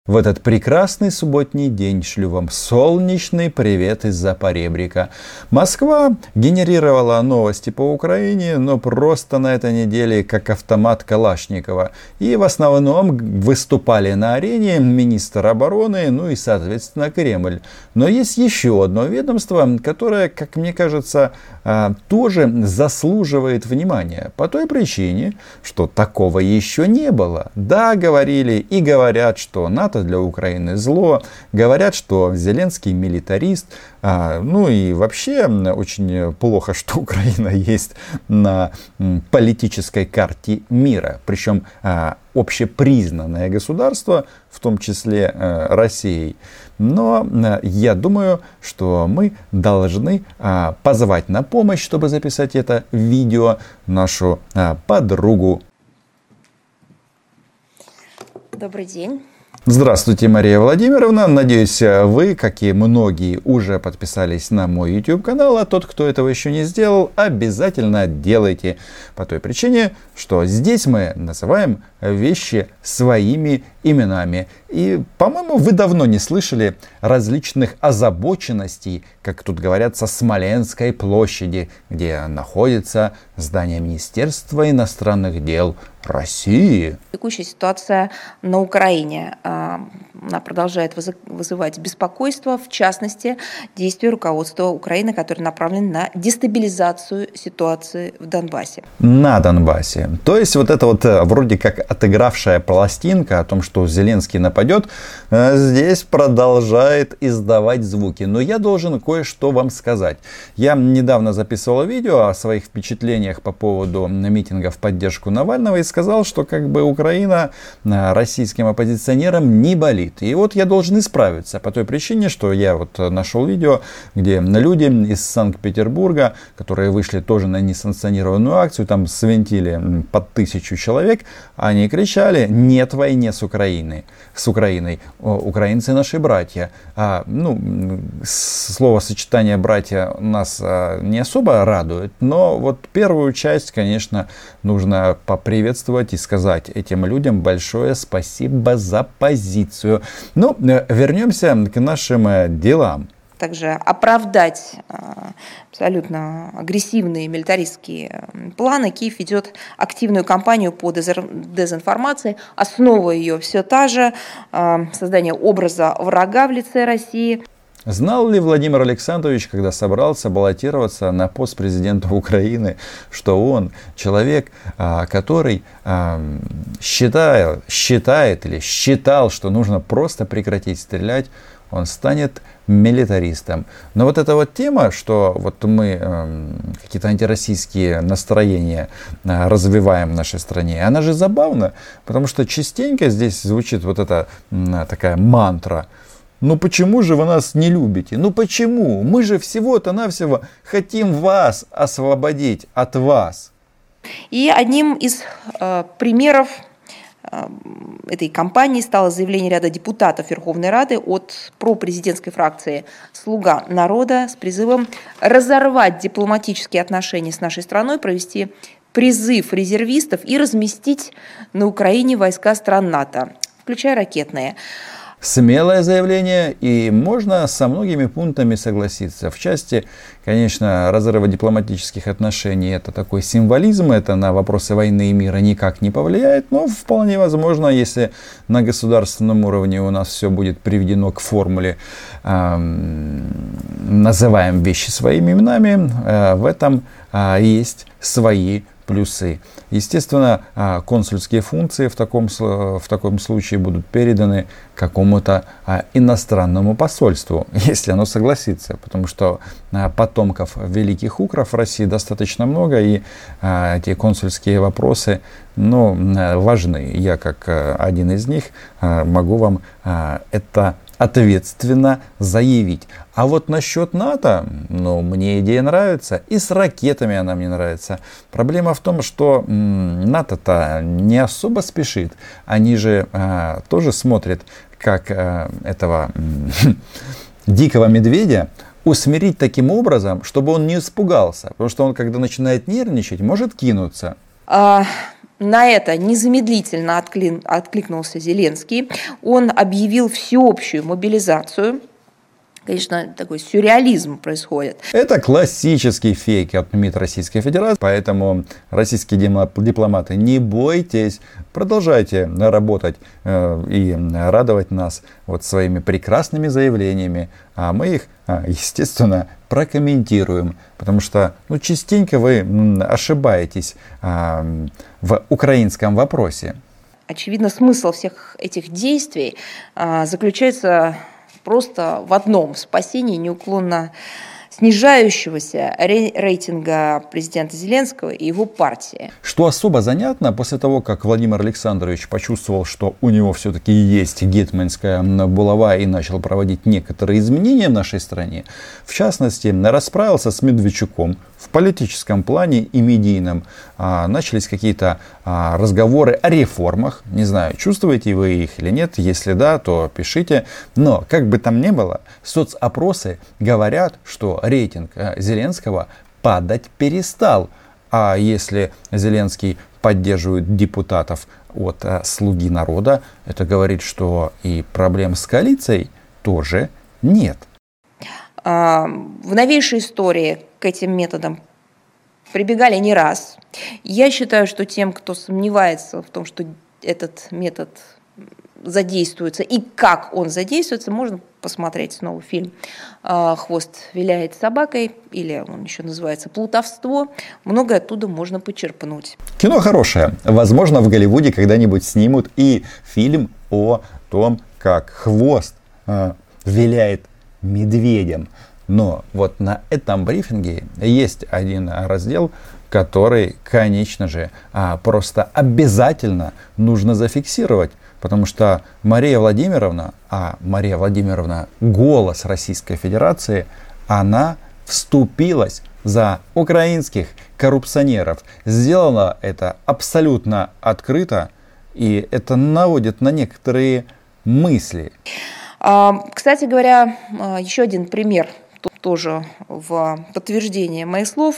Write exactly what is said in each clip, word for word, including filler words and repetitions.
В этот прекрасный субботний день шлю вам солнечный привет из-за поребрика. Москва генерировала новости по Украине, но просто на этой неделе как автомат Калашникова. И в основном выступали на арене министр обороны, ну и соответственно Кремль. Но есть еще одно ведомство, которое, как мне кажется, тоже заслуживает внимания. По той причине, что такого еще не было. Да, говорили и говорят, что НАТО для Украины зло. Говорят, что Зеленский милитарист. А, ну и вообще очень плохо, что Украина есть на политической карте мира. Причем а, общепризнанное государство, в том числе а, Россией. Но а, я думаю, что мы должны а, позвать на помощь, чтобы записать это видео, нашу а, подругу. Добрый день. Здравствуйте, Мария Владимировна. Надеюсь, вы, как и многие, уже подписались на мой YouTube канал, а тот, кто этого еще не сделал, обязательно делайте. По той причине, что здесь мы называем вещи своими именами. И, по-моему, вы давно не слышали различных озабоченностей, как тут говорят, со Смоленской площади, где находится здание Министерства иностранных дел России. Текущая ситуация на Украине, она продолжает вызывать беспокойство, в частности, действия руководства Украины, которые направлены на дестабилизацию ситуации в Донбассе. На Донбассе. То есть вот это вот вроде как отыгравшая пластинка о том, что Зеленский нападет, здесь продолжает издавать звуки. Но я должен кое-что вам сказать. Я недавно записывал видео о своих впечатлениях по поводу митинга в поддержку Навального и сказал, что как бы Украина российским оппозиционерам не болит. И вот я должен исправиться по той причине, что я вот нашел видео, где люди из Санкт-Петербурга, которые вышли тоже на несанкционированную акцию, там свинтили под тысячу человек, они кричали: «Нет войне с Украиной». С Украиной. Украинцы наши братья. А, ну, словосочетание «братья» нас а, не особо радует, но вот первую часть, конечно, нужно поприветствовать и сказать этим людям большое спасибо за позицию. Ну, вернемся к нашим делам. Также оправдать абсолютно агрессивные милитаристские планы. Киев ведет активную кампанию по дезинформации. Основа ее все та же: создание образа врага в лице России. Знал ли Владимир Александрович, когда собрался баллотироваться на пост президента Украины, что он человек, который считает, считает или считал, что нужно просто прекратить стрелять, он станет милитаристом. Но вот эта вот тема, что вот мы э, какие-то антироссийские настроения э, развиваем в нашей стране, она же забавна, потому что частенько здесь звучит вот эта э, такая мантра: ну почему же вы нас не любите? Ну почему? Мы же всего-то навсего хотим вас освободить от вас. И одним из э, примеров этой кампании стало заявление ряда депутатов Верховной Рады от пропрезидентской фракции «Слуга народа» с призывом разорвать дипломатические отношения с нашей страной, провести призыв резервистов и разместить на Украине войска стран НАТО, включая ракетные. Смелое заявление, и можно со многими пунктами согласиться. В части, конечно, разрыва дипломатических отношений, это такой символизм, это на вопросы войны и мира никак не повлияет, но вполне возможно, если на государственном уровне у нас все будет приведено к формуле э, «называем вещи своими именами», э, в этом э, есть свои плюсы. Естественно, консульские функции в таком, в таком случае будут переданы какому-то иностранному посольству, если оно согласится, потому что потомков великих укров в России достаточно много, и эти консульские вопросы, ну, важны. Я, как один из них, могу вам это ответственно заявить. А вот насчет НАТО, ну, мне идея нравится, и с ракетами она мне нравится. Проблема в том, что м, НАТО-то не особо спешит. Они же а, тоже смотрят, как а, этого м, дикого медведя усмирить таким образом, чтобы он не испугался. Потому что он, когда начинает нервничать, может кинуться. На это незамедлительно отклин, откликнулся Зеленский. Он объявил всеобщую мобилизацию. Конечно, такой сюрреализм происходит. Это классический фейк от МИД Российской Федерации. Поэтому, российские дипломаты, не бойтесь, продолжайте работать э, и радовать нас вот своими прекрасными заявлениями. А мы их, естественно, прокомментируем. Потому что ну, частенько вы ошибаетесь э, в украинском вопросе. Очевидно, смысл всех этих действий э, заключается просто в одном – спасении неуклонно снижающегося рейтинга президента Зеленского и его партии. Что особо занятно, после того, как Владимир Александрович почувствовал, что у него все-таки есть гетманская булава и начал проводить некоторые изменения в нашей стране, в частности, расправился с Медведчуком в политическом плане и медийном. А, начались какие-то а, разговоры о реформах. Не знаю, чувствуете вы их или нет. Если да, то пишите. Но, как бы там ни было, соцопросы говорят, что рейтинг Зеленского падать перестал. А если Зеленский поддерживает депутатов от а, «Слуги народа», это говорит, что и проблем с коалицией тоже нет. А, в новейшей истории к этим методам прибегали не раз. Я считаю, что тем, кто сомневается в том, что этот метод задействуется и как он задействуется, можно посмотреть снова фильм «Хвост виляет собакой», или он еще называется «Плутовство». Многое оттуда можно почерпнуть. Кино хорошее. Возможно, в Голливуде когда-нибудь снимут и фильм о том, как хвост э, виляет медведем. Но вот на этом брифинге есть один раздел, который, конечно же, просто обязательно нужно зафиксировать. Потому что Мария Владимировна, а Мария Владимировна — голос Российской Федерации, она вступилась за украинских коррупционеров. Сделала это абсолютно открыто, и это наводит на некоторые мысли. Кстати говоря, еще один пример, тоже в подтверждение моих слов.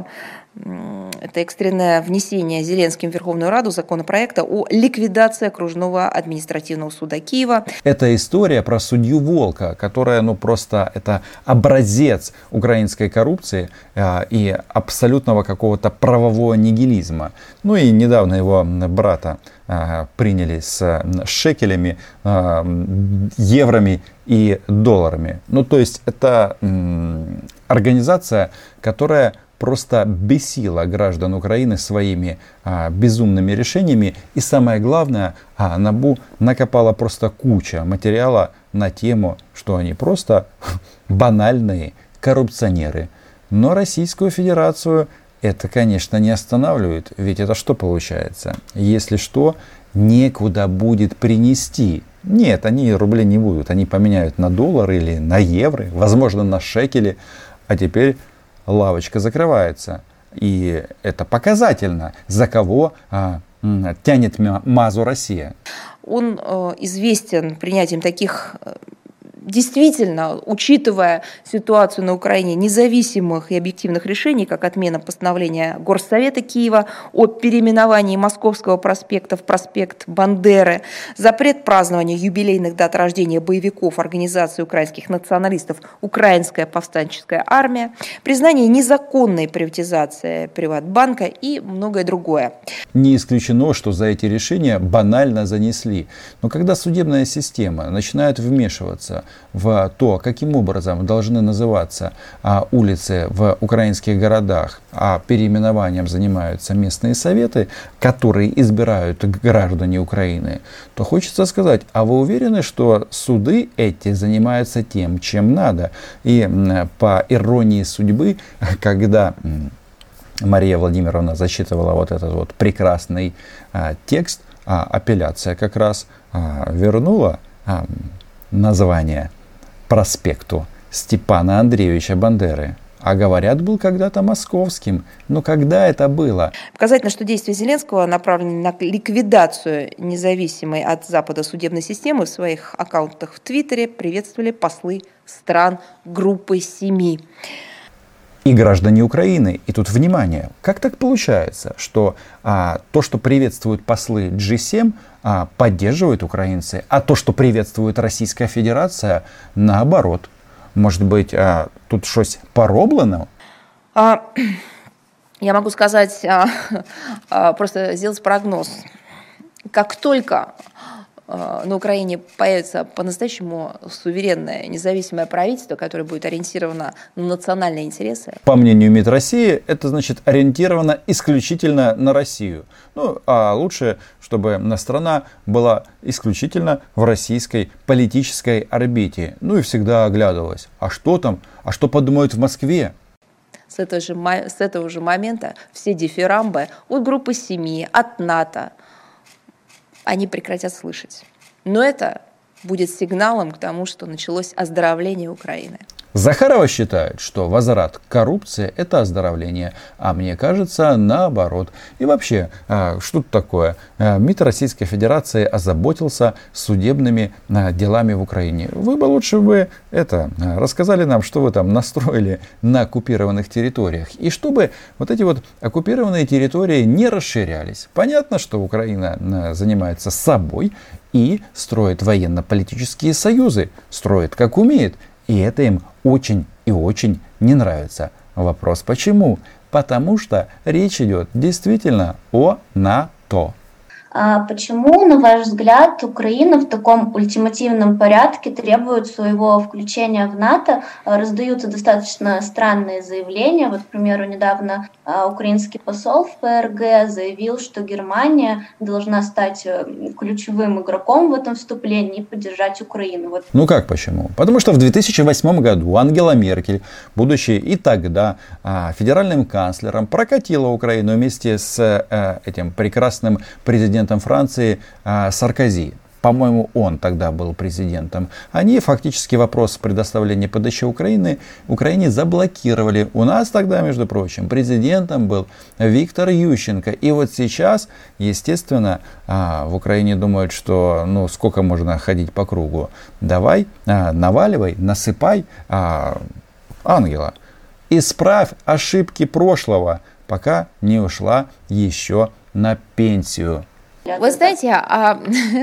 Это экстренное внесение Зеленским в Верховную Раду законопроекта о ликвидации окружного административного суда Киева. Это история про судью Волка, которая, ну, просто это образец украинской коррупции э, и абсолютного какого-то правового нигилизма. Ну и недавно его брата э, приняли с шекелями, э, еврами и долларами. Ну, то есть это э, организация, которая просто бесила граждан Украины своими а, безумными решениями. И самое главное, а, НАБУ накопала просто куча материала на тему, что они просто банальные коррупционеры. Но Российскую Федерацию это, конечно, не останавливает. Ведь это что получается? Если что, некуда будет принести. Нет, они рубли не будут. Они поменяют на доллары или на евро, возможно, на шекели. А теперь лавочка закрывается. И это показательно, за кого а, тянет мазу Россия. Он э, известен принятием таких, э, действительно, учитывая ситуацию на Украине, независимых и объективных решений, как отмена постановления Горсовета Киева о переименовании Московского проспекта в проспект Бандеры, запрет празднования юбилейных дат рождения боевиков организации украинских националистов «Украинская повстанческая армия», признание незаконной приватизации Приватбанка и многое другое. Не исключено, что за эти решения банально занесли. Но когда судебная система начинает вмешиваться в то, каким образом должны называться а, улицы в украинских городах, а переименованием занимаются местные советы, которые избирают граждане Украины, то хочется сказать, а вы уверены, что суды эти занимаются тем, чем надо? И по иронии судьбы, когда Мария Владимировна зачитывала вот этот вот прекрасный а, текст, а, апелляция как раз а, вернула а, название проспекту Степана Андреевича Бандеры. А говорят, был когда-то московским. Но когда это было? Показательно, что действия Зеленского направлены на ликвидацию независимой от Запада судебной системы. В своих аккаунтах в Твиттере приветствовали послы стран группы семи. и граждане Украины. И тут внимание, как так получается, что а, то, что приветствуют послы джи семь, а, поддерживают украинцы, а то, что приветствует Российская Федерация, наоборот. Может быть, а, тут что-то пороблено? А, я могу сказать, а, а, просто сделать прогноз. Как только на Украине появится по-настоящему суверенное, независимое правительство, которое будет ориентировано на национальные интересы. По мнению МИД России, это значит ориентировано исключительно на Россию. Ну, а лучше, чтобы страна была исключительно в российской политической орбите. Ну и всегда оглядывалась. А что там? А что подумают в Москве? С этого же, с этого же момента все дифирамбы от группы семи, от НАТО, они прекратят слышать. Но это будет сигналом к тому, что началось оздоровление Украины. Захарова считает, что возврат к коррупции – это оздоровление, а мне кажется, наоборот. И вообще, что тут такое? МИД Российской Федерации озаботился судебными делами в Украине. Вы бы лучше бы это рассказали нам, что вы там настроили на оккупированных территориях. И чтобы вот эти вот оккупированные территории не расширялись. Понятно, что Украина занимается собой и строит военно-политические союзы. Строит как умеет. И это им очень и очень не нравится. Вопрос почему? Потому что речь идет действительно о НАТО. А почему, на ваш взгляд, Украина в таком ультимативном порядке требует своего включения в НАТО? Раздаются достаточно странные заявления. Вот, к примеру, недавно украинский посол в пэ эр гэ заявил, что Германия должна стать ключевым игроком в этом вступлении и поддержать Украину. Вот. Ну как почему? Потому что в две тысячи восьмом году Ангела Меркель, будучи и тогда а, федеральным канцлером, прокатила Украину вместе с а, этим прекрасным президентом Франции а, Саркози. По-моему, он тогда был президентом. Они фактически вопрос предоставления ПДЧ Украины, Украине заблокировали. У нас тогда, между прочим, президентом был Виктор Ющенко. И вот сейчас, естественно, а, в Украине думают, что ну сколько можно ходить по кругу. Давай, а, наваливай, насыпай, а, Ангела. Исправь ошибки прошлого, пока не ушла еще на пенсию. Вы знаете, а,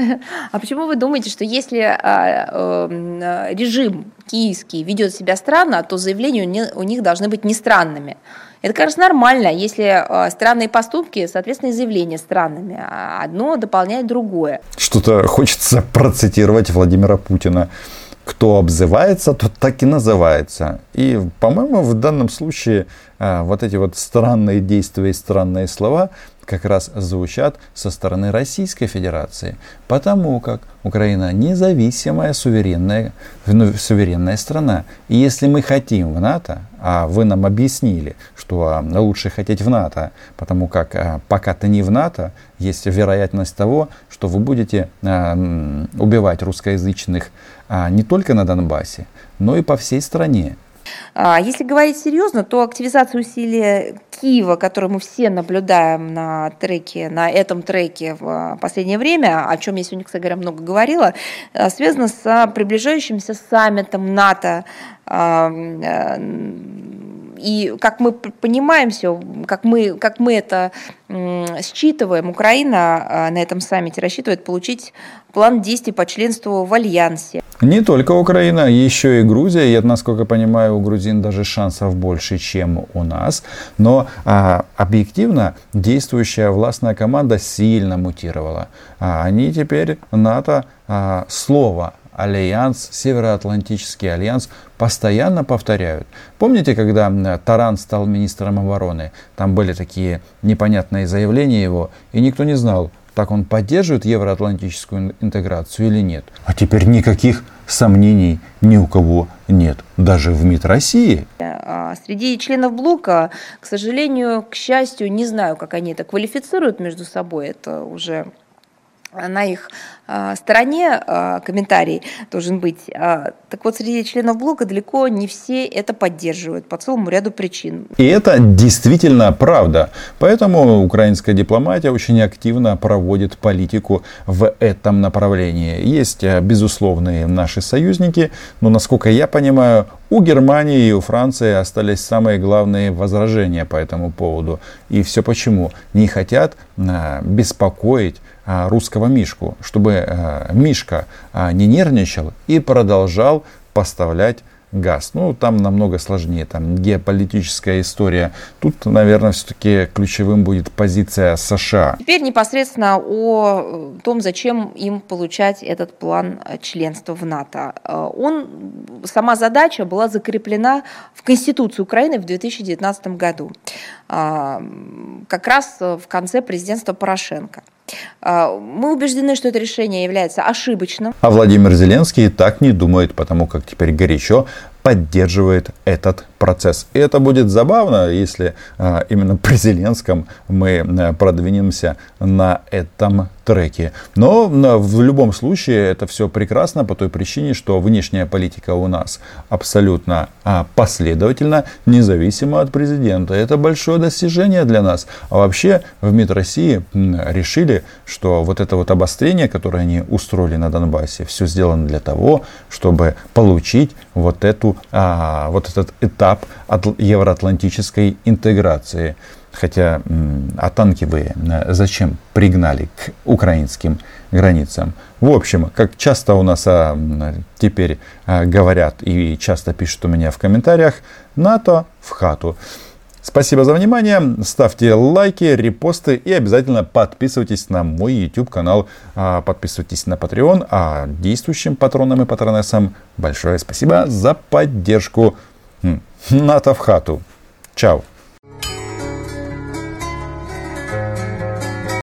а почему вы думаете, что если а, а, режим киевский ведет себя странно, то заявления у них, у них должны быть не странными? Это, кажется, нормально, если а, странные поступки, соответственно, и заявления странными. А одно дополняет другое. Что-то хочется процитировать Владимира Путина. Кто обзывается, тот так и называется. И, по-моему, в данном случае а, вот эти вот странные действия и странные слова как раз звучат со стороны Российской Федерации. Потому как Украина независимая, суверенная, суверенная страна. И если мы хотим в НАТО, а вы нам объяснили, что лучше хотеть в НАТО, потому как а, пока ты не в НАТО, есть вероятность того, что вы будете а, убивать русскоязычных а, не только на Донбассе, но и по всей стране. Если говорить серьезно, то активизация усилий Киева, которую мы все наблюдаем на треке, на этом треке в последнее время, о чем я сегодня, кстати говоря, много говорила, связана с приближающимся саммитом НАТО. И как мы понимаем все, как мы, как мы это считываем, Украина на этом саммите рассчитывает получить план действий по членству в Альянсе. Не только Украина, еще и Грузия. Я, насколько понимаю, у грузин даже шансов больше, чем у нас. Но а, объективно действующая властная команда сильно мутировала. А, они теперь НАТО а, слово Альянс, Североатлантический альянс постоянно повторяют. Помните, когда Таран стал министром обороны? Там были такие непонятные заявления его, и никто не знал, так он поддерживает евроатлантическую интеграцию или нет. А теперь никаких сомнений ни у кого нет, даже в МИД России. Среди членов блока, к сожалению, к счастью, не знаю, как они это квалифицируют между собой, это уже на их э, стороне э, комментарий должен быть. Э, так вот, среди членов блока далеко не все это поддерживают по целому ряду причин. И это действительно правда. Поэтому украинская дипломатия очень активно проводит политику в этом направлении. Есть безусловные наши союзники, но, насколько я понимаю, у Германии и у Франции остались самые главные возражения по этому поводу. И все почему? Не хотят а, беспокоить а, русского Мишку, чтобы а, Мишка а, не нервничал и продолжал поставлять газ. Ну, там намного сложнее, там геополитическая история. Тут, наверное, все-таки ключевым будет позиция США. Теперь непосредственно о том, зачем им получать этот план членства в НАТО. Он, сама задача была закреплена в Конституции Украины в две тысячи девятнадцатом году, как раз в конце президентства Порошенко. Мы убеждены, что это решение является ошибочным. А Владимир Зеленский так не думает, потому как теперь горячо поддерживает этот процесс. И это будет забавно, если а, именно при Зеленском мы а, продвинемся на этом треке. Но а, в любом случае это все прекрасно по той причине, что внешняя политика у нас абсолютно а, последовательна, независимо от президента. Это большое достижение для нас. А вообще в МИД России м, решили, что вот это вот обострение, которое они устроили на Донбассе, все сделано для того, чтобы получить вот эту а, вот этот этап от евроатлантической интеграции. Хотя, а танки вы зачем пригнали к украинским границам? В общем, как часто у нас а, теперь а, говорят и часто пишут у меня в комментариях, НАТО в хату. Спасибо за внимание. Ставьте лайки, репосты и обязательно подписывайтесь на мой YouTube канал. Подписывайтесь на Patreon. А действующим патронам и патронессам большое спасибо за поддержку. НАТО в хату. Чао.